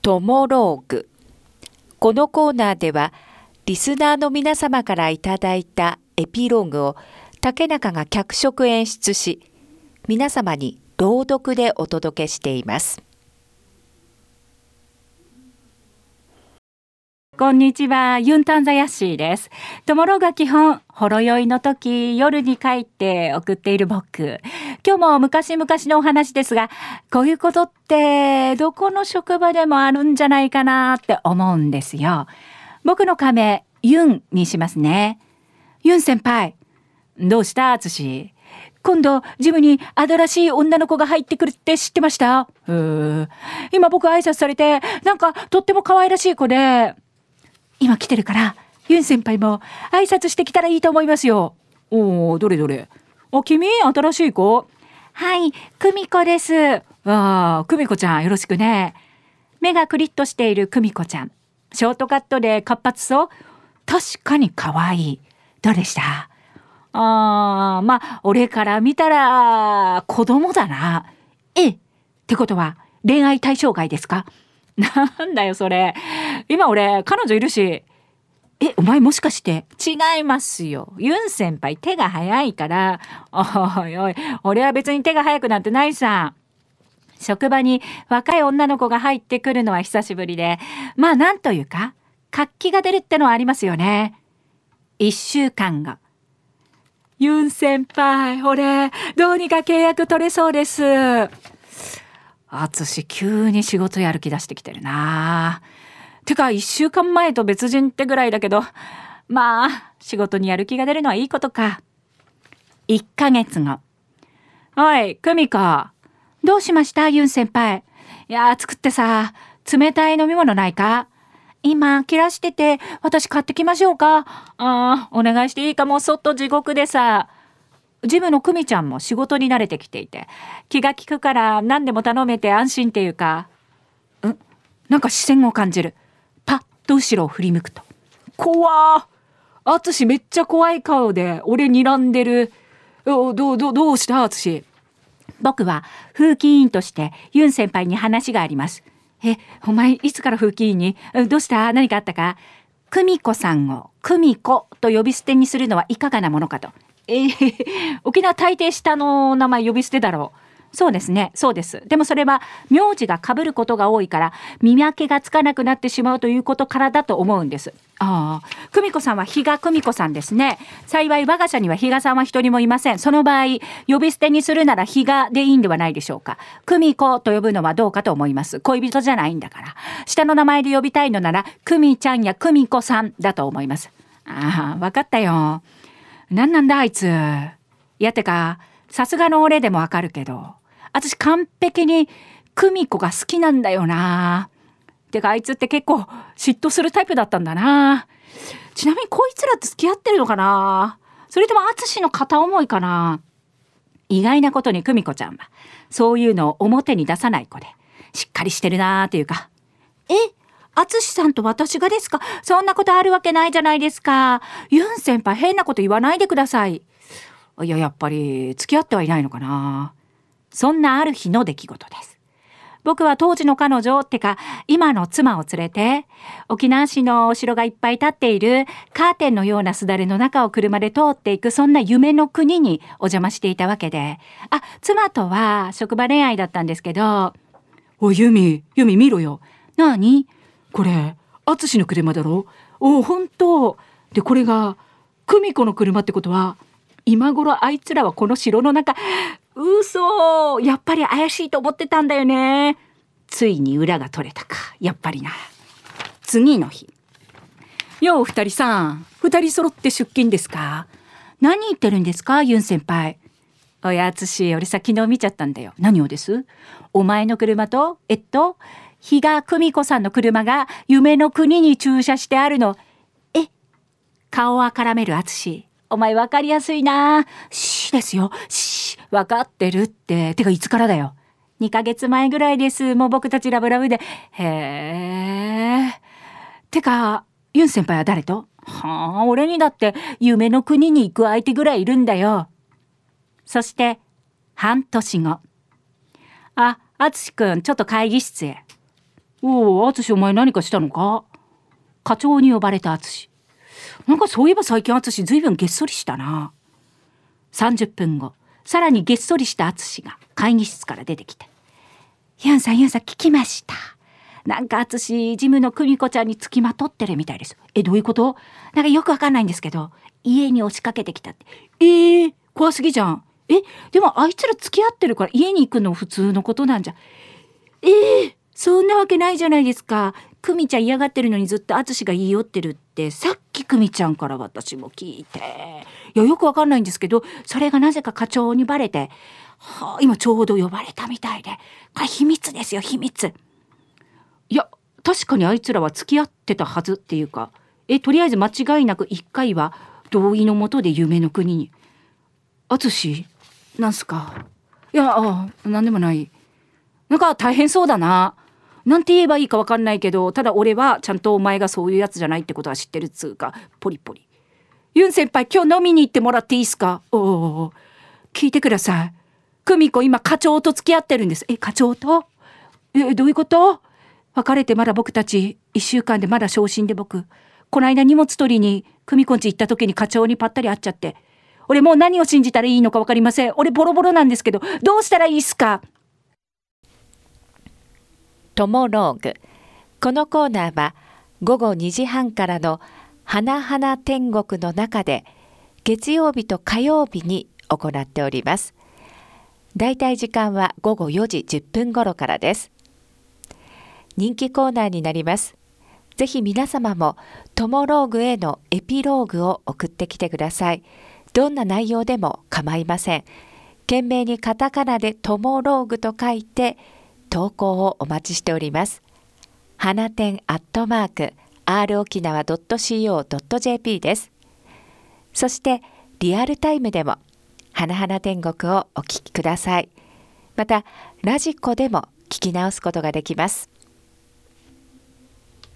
トモローグ。このコーナーではリスナーの皆様からいただいたエピローグを竹中が脚色演出し、皆様に朗読でお届けしています。 こんにちは、ユンタンザヤッシーです。トモローグは基本ほろ酔いの時、夜に帰って送っている僕。今日も昔々のお話ですが、こういうことってどこの職場でもあるんじゃないかなって思うんですよ。僕の仮名ユンにしますね。ユン先輩、どうしたつし。今度ジムに新しい女の子が入ってくるって知ってました？今僕挨拶されて、なんかとっても可愛らしい子で、今来てるからユン先輩も挨拶してきたらいいと思いますよ。おー、どれどれ。あ、君新しい子？はい、久美子です。久美子ちゃん、よろしくね。目がクリッとしている久美子ちゃん、ショートカットで活発そう。確かに可愛い。どうでした？まあ俺から見たら子供だな。ってことは恋愛対象外ですか？なんだよそれ。今俺彼女いるし。お前もしかして？違いますよ。ユン先輩手が早いから。おいおい、俺は別に手が早くなんてないさ。職場に若い女の子が入ってくるのは久しぶりで、まあなんというか活気が出るってのはありますよね。1週間後。ユン先輩、俺どうにか契約取れそうです。あつし急に仕事やる気出してきてるな。てか1週間前と別人ってぐらいだけど、まあ仕事にやる気が出るのはいいことか。1ヶ月後。おい久美子、どうしましたユン先輩。いや作ってさ、冷たい飲み物ないか？今切らしてて、私買ってきましょうか？お願いしていいか？もうそっと地獄でさ。ジムの久美ちゃんも仕事に慣れてきていて、気が利くから何でも頼めて安心っていうか。なんか視線を感じる。パッと後ろを振り向くと、怖ー。あつしめっちゃ怖い顔で俺睨んでる。どうしたあつし。僕は風紀委員としてユン先輩に話があります。お前いつから風紀委員に？どうした？何かあったか？久美子さんを久美子と呼び捨てにするのはいかがなものかと。沖縄大抵下の名前呼び捨てだろう。そうですね、そうです。でもそれは名字が被ることが多いから見分けがつかなくなってしまうということからだと思うんです。久美子さんは比嘉久美子さんですね。幸い我が社には比嘉さんは一人もいません。その場合呼び捨てにするなら比嘉でいいんではないでしょうか。久美子と呼ぶのはどうかと思います。恋人じゃないんだから。下の名前で呼びたいのなら久美ちゃんや久美子さんだと思います。分かったよ。なんなんだあいつ。いやてかさすがの俺でもわかるけど、私完璧に久美子が好きなんだよな。てかあいつって結構嫉妬するタイプだったんだな。ちなみにこいつらって付き合ってるのかな？それとも淳の片思いかな？意外なことに久美子ちゃんはそういうのを表に出さない子でしっかりしてるなっていうか。淳さんと私がですか？そんなことあるわけないじゃないですか。ユン先輩変なこと言わないでください。いや、やっぱり付き合ってはいないのかな。そんなある日の出来事です。僕は当時の彼女ってか今の妻を連れて沖縄市のお城がいっぱい建っているカーテンのようなすだれの中を車で通っていく、そんな夢の国にお邪魔していたわけで、妻とは職場恋愛だったんですけど。おいユミ見ろよ。なにこれ？淳の車だろ？本当で、これが久美子の車ってことは今頃あいつらはこの城の中。嘘、やっぱり怪しいと思ってたんだよね。ついに裏が取れたか、やっぱりな。次の日。よう二人さん、二人揃って出勤ですか？何言ってるんですかユン先輩。おやつし、俺さ昨日見ちゃったんだよ。何をです？お前の車と比嘉久美子さんの車が夢の国に駐車してあるの。顔は絡めるあつし、お前分かりやすいな。ですよ。分かってるって。てかいつからだよ。2ヶ月前ぐらいです。もう僕たちラブラブで。てかユン先輩は誰と？俺にだって夢の国に行く相手ぐらいいるんだよ。そして半年後。あつしくんちょっと会議室へ。 おお、淳お前何かしたのか。課長に呼ばれた淳。なんかそういえば最近淳ずいぶんげっそりしたな。30分後、さらにげっそりした淳が会議室から出てきて、ユンさん聞きました。なんか淳、ジムの久美子ちゃんにつきまとってるみたいです。どういうこと？なんかよくわかんないんですけど、家に押しかけてきたって。怖すぎじゃん。でもあいつら付き合ってるから家に行くの普通のことなんじゃ。そんなわけないじゃないですか。久美ちゃん嫌がってるのにずっと淳が言い寄ってるってさっき久美ちゃんから私も聞いて、いやよくわかんないんですけど、それがなぜか課長にバレて、今ちょうど呼ばれたみたいで、これ秘密ですよ、秘密。いや確かにあいつらは付き合ってたはずっていうか、とりあえず間違いなく1回は同意のもとで夢の国に。淳なんすか。いやなんでもない。なんか大変そうだな。なんて言えばいいか分かんないけど、ただ俺はちゃんとお前がそういうやつじゃないってことは知ってるっつうか、ポリポリ。ユン先輩今日飲みに行ってもらっていいっすか。聞いてください。久美子今課長と付き合ってるんです。課長と？どういうこと？別れてまだ僕たち1週間でまだ昇進で僕、この間荷物取りに久美子ん家行った時に課長にぱったり会っちゃって、俺もう何を信じたらいいのか分かりません。俺ボロボロなんですけど、どうしたらいいっすか。 トモローグ。このコーナーは午後2時半からの花々天国の中で月曜日と火曜日に行っております。だいたい時間は午後4時10分頃からです。人気コーナーになります。ぜひ皆様もトモローグへのエピローグを送ってきてください。どんな内容でも構いません。懸命にカタカナでトモローグと書いて投稿をお待ちしております。花天@r 沖縄 .co.jp です。そしてリアルタイムでも花々天国をお聞きください。またラジコでも聞き直すことができます。